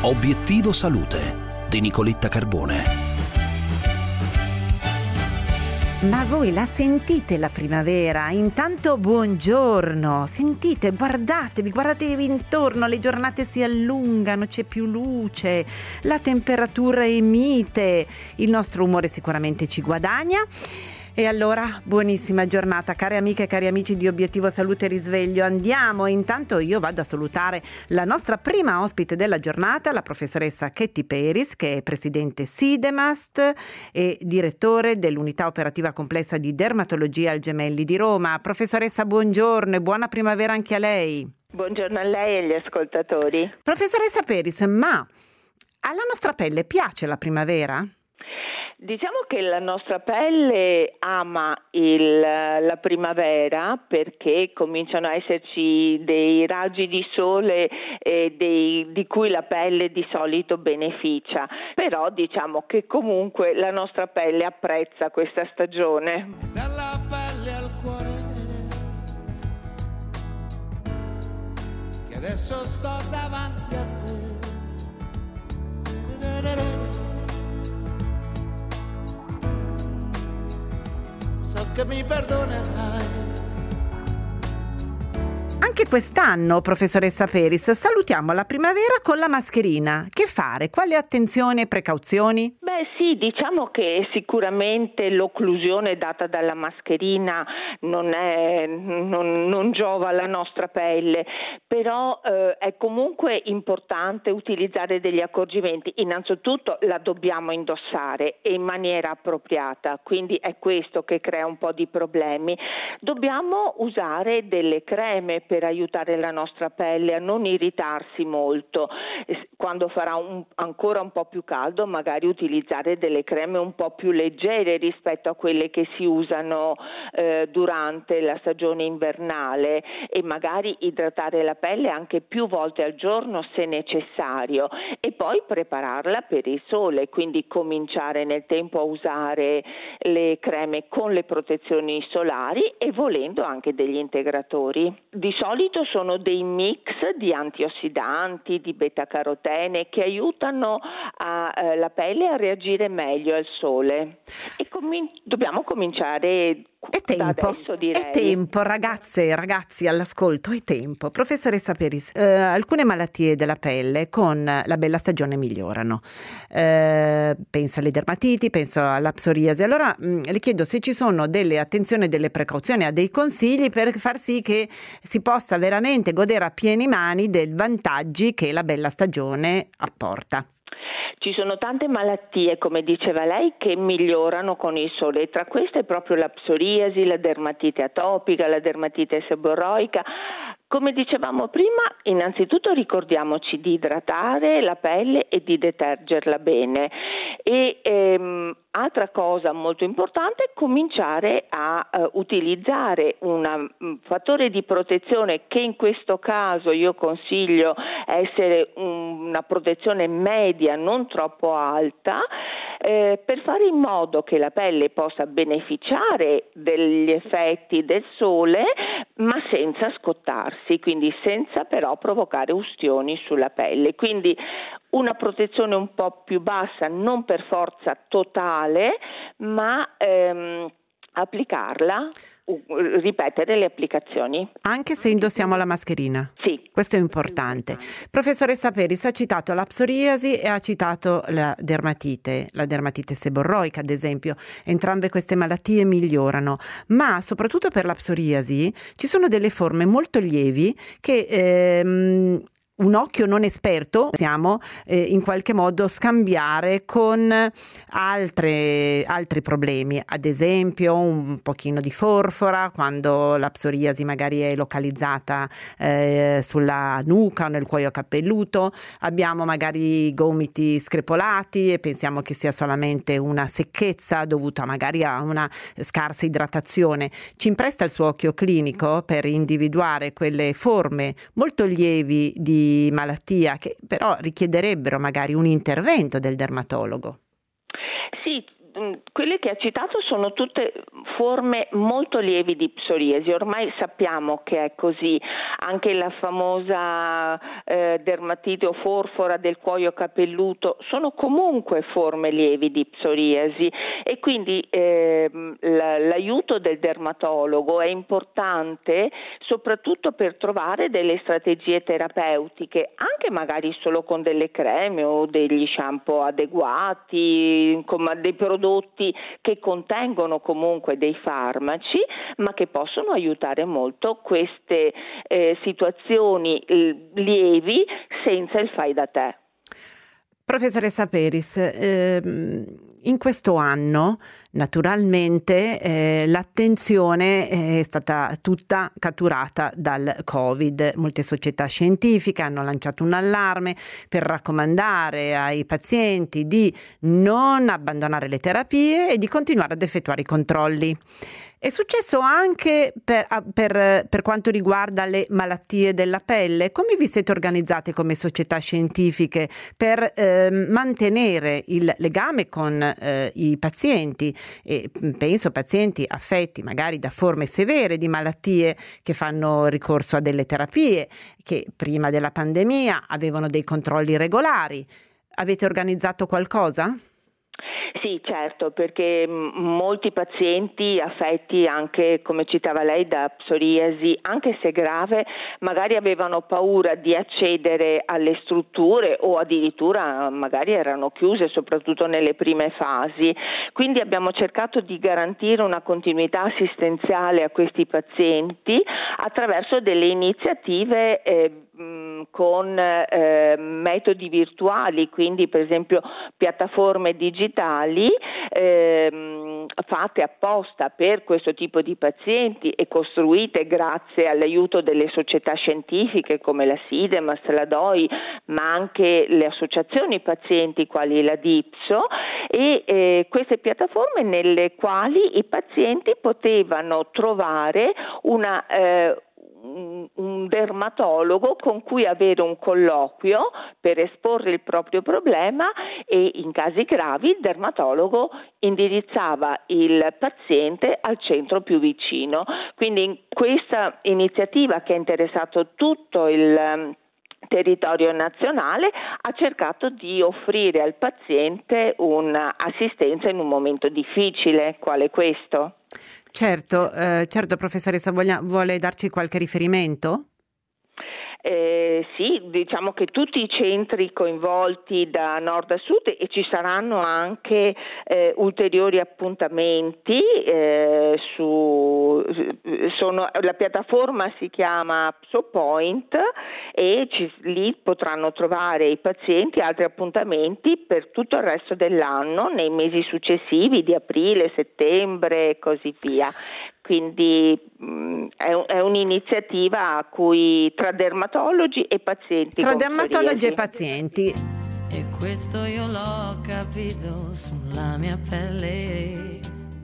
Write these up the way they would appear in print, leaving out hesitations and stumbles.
Obiettivo Salute di Nicoletta Carbone. Ma voi la sentite la primavera? Intanto buongiorno, sentite, guardatevi intorno, le giornate si allungano, c'è più luce, la temperatura è mite, il nostro umore sicuramente ci guadagna. E allora, buonissima giornata, care amiche e cari amici di Obiettivo Salute Risveglio. Andiamo, intanto io vado a salutare la nostra prima ospite della giornata, la professoressa Katy Peris, che è presidente Sidemast e direttore dell'unità operativa complessa di dermatologia al Gemelli di Roma. Professoressa, buongiorno e buona primavera anche a lei. Buongiorno a lei e agli ascoltatori. Professoressa Peris, ma alla nostra pelle piace la primavera? Diciamo che la nostra pelle ama la primavera perché cominciano a esserci dei raggi di sole di cui la pelle di solito beneficia, però diciamo che comunque la nostra pelle apprezza questa stagione. Dalla pelle al cuore, che adesso sto davanti a te. So che mi perdonerai. Anche quest'anno, professoressa Peris, salutiamo la primavera con la mascherina. Che fare? Quali attenzioni e precauzioni? Beh sì, diciamo che sicuramente l'occlusione data dalla mascherina non giova alla nostra pelle, però è comunque importante utilizzare degli accorgimenti. Innanzitutto la dobbiamo indossare e in maniera appropriata, quindi è questo che crea un po' di problemi. Dobbiamo usare delle creme per aiutare la nostra pelle a non irritarsi molto. Quando farà ancora un po' più caldo, magari utilizzare delle creme un po' più leggere rispetto a quelle che si usano durante la stagione invernale, e magari idratare la pelle anche più volte al giorno se necessario, e poi prepararla per il sole, quindi cominciare nel tempo a usare le creme con le protezioni solari e volendo anche degli integratori. Di solito sono dei mix di antiossidanti, di beta-carotene che aiutano la pelle a reagire meglio al sole, e dobbiamo cominciare da adesso, direi. È tempo, ragazze e ragazzi all'ascolto, è tempo. Professoressa Peris, alcune malattie della pelle con la bella stagione migliorano. Penso alle dermatiti, penso alla psoriasi. Allora le chiedo se ci sono delle attenzioni, delle precauzioni, a dei consigli per far sì che si possa veramente godere a pieni mani dei vantaggi che la bella stagione apporta. Ci sono tante malattie, come diceva lei, che migliorano con il sole, e tra queste è proprio la psoriasi, la dermatite atopica, la dermatite seborroica. Come dicevamo prima, innanzitutto ricordiamoci di idratare la pelle e di detergerla bene. E altra cosa molto importante è cominciare a utilizzare un fattore di protezione che in questo caso io consiglio essere una protezione media, non troppo alta, per fare in modo che la pelle possa beneficiare degli effetti del sole ma senza scottarsi, quindi senza però provocare ustioni sulla pelle. Quindi una protezione un po' più bassa, non per forza totale, ma applicarla, ripetere le applicazioni. Anche se indossiamo la mascherina? Sì. Questo è importante. Professoressa Peris ha citato la psoriasi e ha citato la dermatite seborroica, ad esempio. Entrambe queste malattie migliorano, ma soprattutto per la psoriasi ci sono delle forme molto lievi che un occhio non esperto possiamo in qualche modo scambiare con altri problemi, ad esempio un pochino di forfora quando la psoriasi magari è localizzata sulla nuca o nel cuoio capelluto. Abbiamo magari gomiti screpolati e pensiamo che sia solamente una secchezza dovuta magari a una scarsa idratazione. Ci impresta il suo occhio clinico per individuare quelle forme molto lievi di malattia che però richiederebbero magari un intervento del dermatologo. Sì, quelle che ha citato sono tutte forme molto lievi di psoriasi, ormai sappiamo che è così, anche la famosa dermatite o forfora del cuoio capelluto sono comunque forme lievi di psoriasi e quindi l'aiuto del dermatologo è importante soprattutto per trovare delle strategie terapeutiche, anche magari solo con delle creme o degli shampoo adeguati, dei prodotti che contengono comunque dei farmaci, ma che possono aiutare molto queste situazioni lievi senza il fai da te. Professoressa Peris, in questo anno naturalmente l'attenzione è stata tutta catturata dal Covid. Molte società scientifiche hanno lanciato un allarme per raccomandare ai pazienti di non abbandonare le terapie e di continuare ad effettuare i controlli. È successo anche per quanto riguarda le malattie della pelle. Come vi siete organizzate come società scientifiche per mantenere il legame con i pazienti? E penso pazienti affetti magari da forme severe di malattie che fanno ricorso a delle terapie, che prima della pandemia avevano dei controlli regolari. Avete organizzato qualcosa? Sì, certo, perché molti pazienti affetti anche, come citava lei, da psoriasi, anche se grave, magari avevano paura di accedere alle strutture o addirittura magari erano chiuse, soprattutto nelle prime fasi. Quindi abbiamo cercato di garantire una continuità assistenziale a questi pazienti attraverso delle iniziative con metodi virtuali, quindi per esempio piattaforme digitali fatte apposta per questo tipo di pazienti e costruite grazie all'aiuto delle società scientifiche come la Sidemas, la DOI, ma anche le associazioni pazienti quali la DIPSO e queste piattaforme nelle quali i pazienti potevano trovare un dermatologo con cui avere un colloquio per esporre il proprio problema e in casi gravi il dermatologo indirizzava il paziente al centro più vicino. Quindi in questa iniziativa che ha interessato tutto il territorio nazionale ha cercato di offrire al paziente un'assistenza in un momento difficile, quale questo. Certo, professoressa, vuole darci qualche riferimento? Sì, diciamo che tutti i centri coinvolti da nord a sud e ci saranno anche ulteriori appuntamenti la piattaforma si chiama PsoPoint e lì potranno trovare i pazienti altri appuntamenti per tutto il resto dell'anno nei mesi successivi di aprile, settembre e così via. Quindi è un'iniziativa a cui tra dermatologi e pazienti. Tra dermatologi e pazienti. E questo io l'ho capito sulla mia pelle,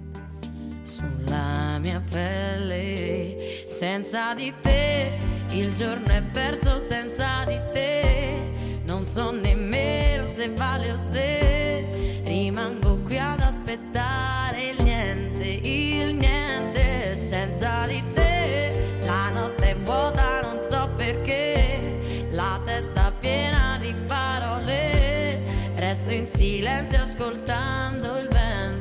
senza di te il giorno è perso, senza di te non so nemmeno se vale o se rimango qui ad aspettare il niente, senza di te la notte è vuota, non so perché la testa piena di parole, resto in silenzio ascoltando il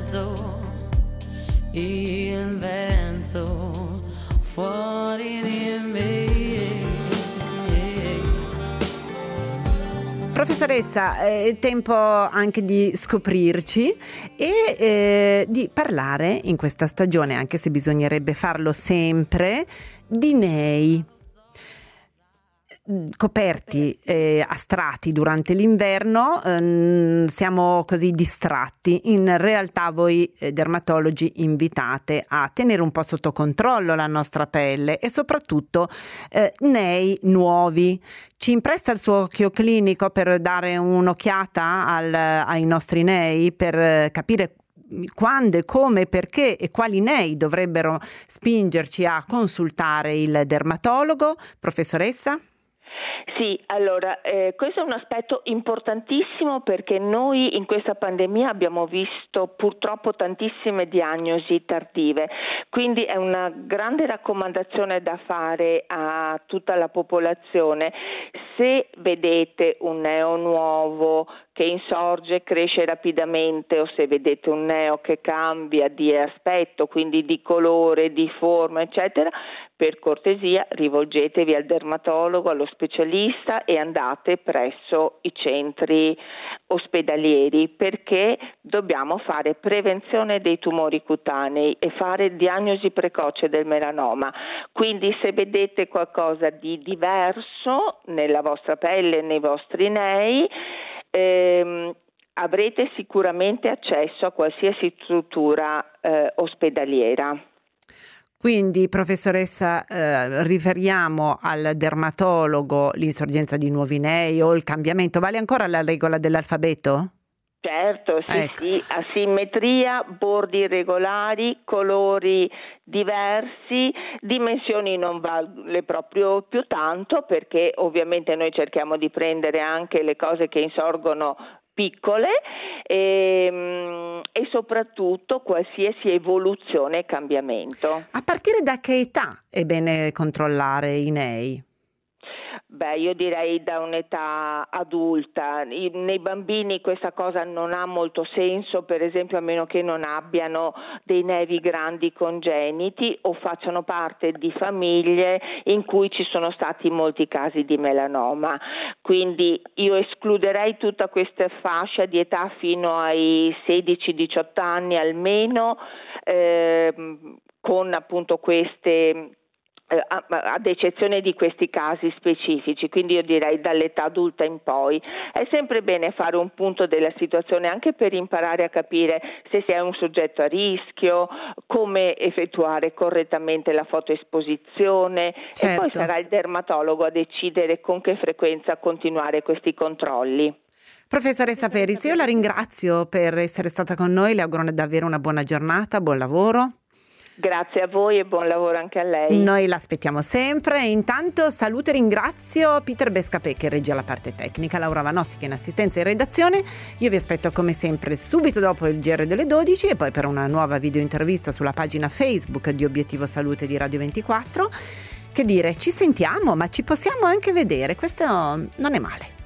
vento fuori di me. Professoressa, è tempo anche di scoprirci e di parlare in questa stagione, anche se bisognerebbe farlo sempre, di nei. Coperti a strati durante l'inverno, siamo così distratti. In realtà voi dermatologi invitate a tenere un po' sotto controllo la nostra pelle e soprattutto nei nuovi. Ci impresta il suo occhio clinico per dare un'occhiata ai nostri nei, per capire quando e come, perché e quali nei dovrebbero spingerci a consultare il dermatologo, professoressa? Sì, allora questo è un aspetto importantissimo perché noi in questa pandemia abbiamo visto purtroppo tantissime diagnosi tardive, quindi è una grande raccomandazione da fare a tutta la popolazione. Se vedete un neo nuovo che insorge, cresce rapidamente, o se vedete un neo che cambia di aspetto, quindi di colore, di forma, eccetera, per cortesia rivolgetevi al dermatologo, allo specialista e andate presso i centri ospedalieri, perché dobbiamo fare prevenzione dei tumori cutanei e fare diagnosi precoce del melanoma. Quindi se vedete qualcosa di diverso nella vostra pelle, nei vostri nei, avrete sicuramente accesso a qualsiasi struttura ospedaliera. Quindi, professoressa, riferiamo al dermatologo l'insorgenza di nuovi nei o il cambiamento. Vale ancora la regola dell'alfabeto? Certo, sì, ecco. Sì, asimmetria, bordi irregolari, colori diversi, dimensioni non vale proprio più tanto, perché ovviamente noi cerchiamo di prendere anche le cose che insorgono piccole e soprattutto qualsiasi evoluzione e cambiamento. A partire da che età è bene controllare i nei? Beh, io direi da un'età adulta. Nei bambini questa cosa non ha molto senso, per esempio a meno che non abbiano dei nevi grandi congeniti o facciano parte di famiglie in cui ci sono stati molti casi di melanoma. Quindi io escluderei tutta questa fascia di età fino ai 16-18 anni almeno, con appunto queste ad eccezione di questi casi specifici, quindi io direi dall'età adulta in poi. È sempre bene fare un punto della situazione anche per imparare a capire se si è un soggetto a rischio, come effettuare correttamente la fotoesposizione. Certo. E poi sarà il dermatologo a decidere con che frequenza continuare questi controlli. Professoressa Peris, io la ringrazio per essere stata con noi, le auguro davvero una buona giornata, buon lavoro. Grazie a voi e buon lavoro anche a lei. Noi l'aspettiamo sempre. Intanto saluto e ringrazio Peter Bescapè che regge la parte tecnica, Laura Vanossi che è in assistenza e redazione. Io vi aspetto come sempre subito dopo il GR delle 12 e poi per una nuova video intervista sulla pagina Facebook di Obiettivo Salute di Radio 24. Che dire, ci sentiamo, ma ci possiamo anche vedere, questo non è male.